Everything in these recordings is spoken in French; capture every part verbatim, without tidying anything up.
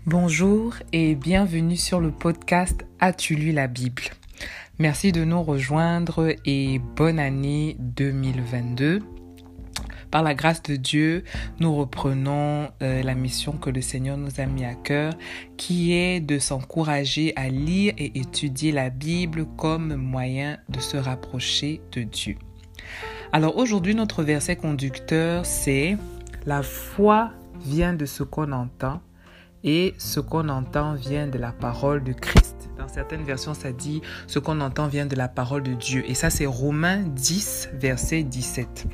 Bonjour et bienvenue sur le podcast As-tu lu la Bible? Merci de nous rejoindre et bonne année deux mille vingt-deux. Par la grâce de Dieu, nous reprenons euh, la mission que le Seigneur nous a mis à cœur, qui est de s'encourager à lire et étudier la Bible comme moyen de se rapprocher de Dieu. Alors aujourd'hui, notre verset conducteur, c'est « La foi vient de ce qu'on entend ». Et ce qu'on entend vient de la parole de Christ. Dans certaines versions, ça dit « ce qu'on entend vient de la parole de Dieu ». Et ça, c'est Romains dix, verset dix-sept.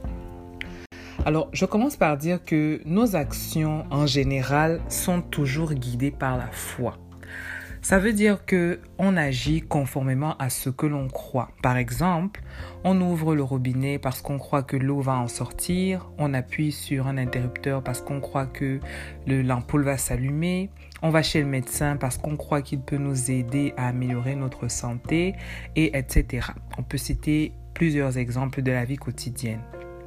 Alors, je commence par dire que nos actions, en général, sont toujours guidées par la foi. Ça veut dire qu'on agit conformément à ce que l'on croit. Par exemple, on ouvre le robinet parce qu'on croit que l'eau va en sortir. On appuie sur un interrupteur parce qu'on croit que le, l'ampoule va s'allumer. On va chez le médecin parce qu'on croit qu'il peut nous aider à améliorer notre santé, et et cetera. On peut citer plusieurs exemples de la vie quotidienne.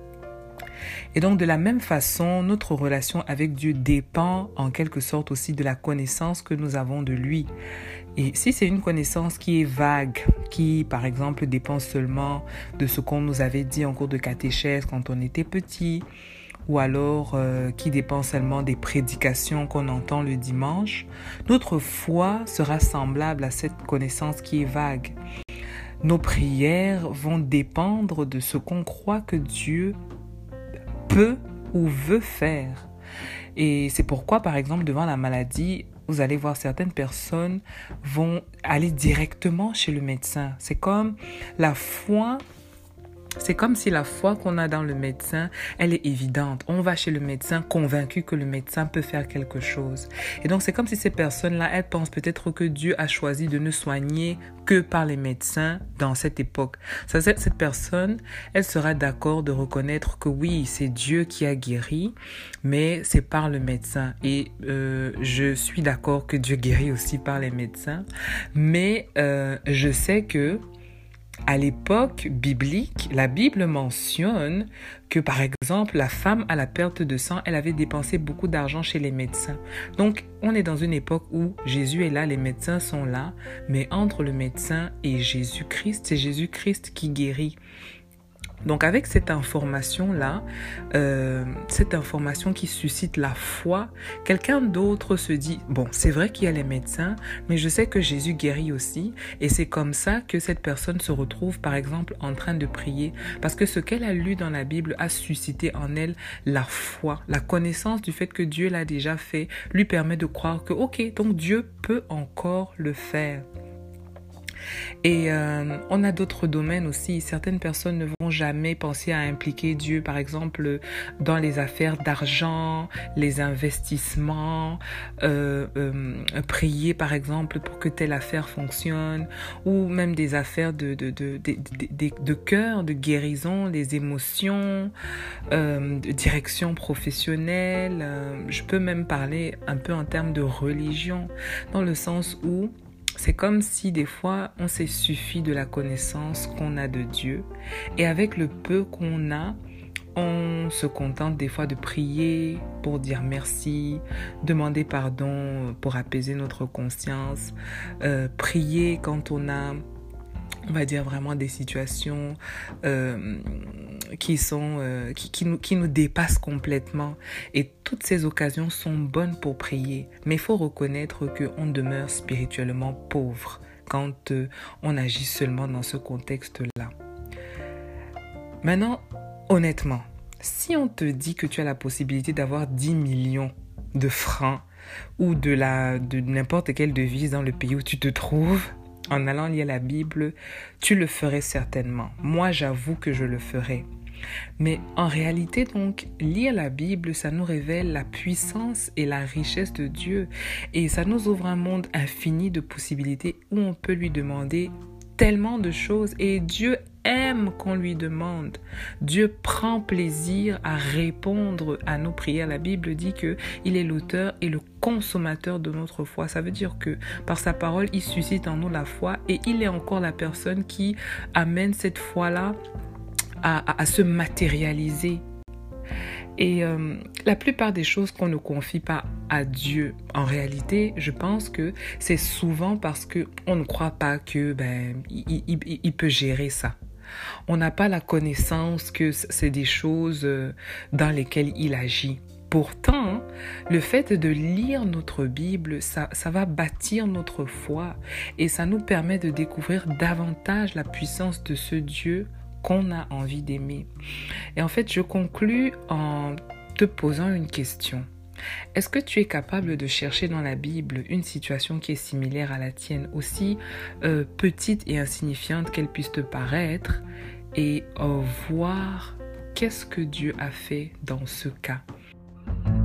Et donc, de la même façon, notre relation avec Dieu dépend en quelque sorte aussi de la connaissance que nous avons de lui. Et si c'est une connaissance qui est vague, qui par exemple dépend seulement de ce qu'on nous avait dit en cours de catéchèse quand on était petit, ou alors euh, qui dépend seulement des prédications qu'on entend le dimanche, notre foi sera semblable à cette connaissance qui est vague. Nos prières vont dépendre de ce qu'on croit que Dieu peut ou veut faire. Et c'est pourquoi, par exemple, devant la maladie, vous allez voir certaines personnes vont aller directement chez le médecin. C'est comme la foi... C'est comme si la foi qu'on a dans le médecin, elle est évidente. On va chez le médecin convaincu que le médecin peut faire quelque chose. Et donc, c'est comme si ces personnes-là, elles pensent peut-être que Dieu a choisi de ne soigner que par les médecins dans cette époque. Ça, cette personne, elle sera d'accord de reconnaître que oui, c'est Dieu qui a guéri, mais c'est par le médecin. Et euh, je suis d'accord que Dieu guérit aussi par les médecins. Mais euh, je sais que à l'époque biblique, la Bible mentionne que, par exemple, la femme à la perte de sang, elle avait dépensé beaucoup d'argent chez les médecins. Donc, on est dans une époque où Jésus est là, les médecins sont là, mais entre le médecin et Jésus-Christ, c'est Jésus-Christ qui guérit. Donc, avec cette information-là, euh, cette information qui suscite la foi, quelqu'un d'autre se dit, bon, c'est vrai qu'il y a les médecins, mais je sais que Jésus guérit aussi. Et c'est comme ça que cette personne se retrouve, par exemple, en train de prier. Parce que ce qu'elle a lu dans la Bible a suscité en elle la foi. La connaissance du fait que Dieu l'a déjà fait lui permet de croire que, ok, donc Dieu peut encore le faire. Et euh, on a d'autres domaines aussi. Certaines personnes ne vont jamais penser à impliquer Dieu, par exemple, dans les affaires d'argent, les investissements, euh, euh, prier, par exemple, pour que telle affaire fonctionne, ou même des affaires de, de, de, de, de, de, de cœur, de guérison, des émotions, euh, de direction professionnelle. Euh, je peux même parler un peu en termes de religion, dans le sens où c'est comme si des fois, on s'est suffi de la connaissance qu'on a de Dieu. Et avec le peu qu'on a, on se contente des fois de prier pour dire merci, demander pardon pour apaiser notre conscience, euh, prier quand on a, on va dire vraiment des situations euh, qui sont euh, qui, qui, nous, qui nous dépassent complètement. Et toutes ces occasions sont bonnes pour prier. Mais il faut reconnaître qu'on demeure spirituellement pauvre quand euh, on agit seulement dans ce contexte-là. Maintenant, honnêtement, si on te dit que tu as la possibilité d'avoir dix millions de francs ou de, la, de n'importe quelle devise dans le pays où tu te trouves, en allant lire la Bible, tu le ferais certainement. Moi, j'avoue que je le ferais. Mais en réalité, donc, lire la Bible, ça nous révèle la puissance et la richesse de Dieu. Et ça nous ouvre un monde infini de possibilités où on peut lui demander tellement de choses. Et Dieu aime qu'on lui demande. Dieu prend plaisir à répondre à nos prières. La Bible dit qu'il est l'auteur et le consommateur de notre foi. Ça veut dire que par sa parole, il suscite en nous la foi et il est encore la personne qui amène cette foi-là à, à, à se matérialiser. Et euh, la plupart des choses qu'on ne confie pas à Dieu, en réalité, je pense que c'est souvent parce qu'on ne croit pas que ben, il, il, il peut gérer ça. On n'a pas la connaissance que c'est des choses dans lesquelles il agit. Pourtant, le fait de lire notre Bible, ça, ça va bâtir notre foi et ça nous permet de découvrir davantage la puissance de ce Dieu qu'on a envie d'aimer. Et en fait, je conclus en te posant une question. Est-ce que tu es capable de chercher dans la Bible une situation qui est similaire à la tienne, aussi euh, petite et insignifiante qu'elle puisse te paraître, et euh, voir qu'est-ce que Dieu a fait dans ce cas?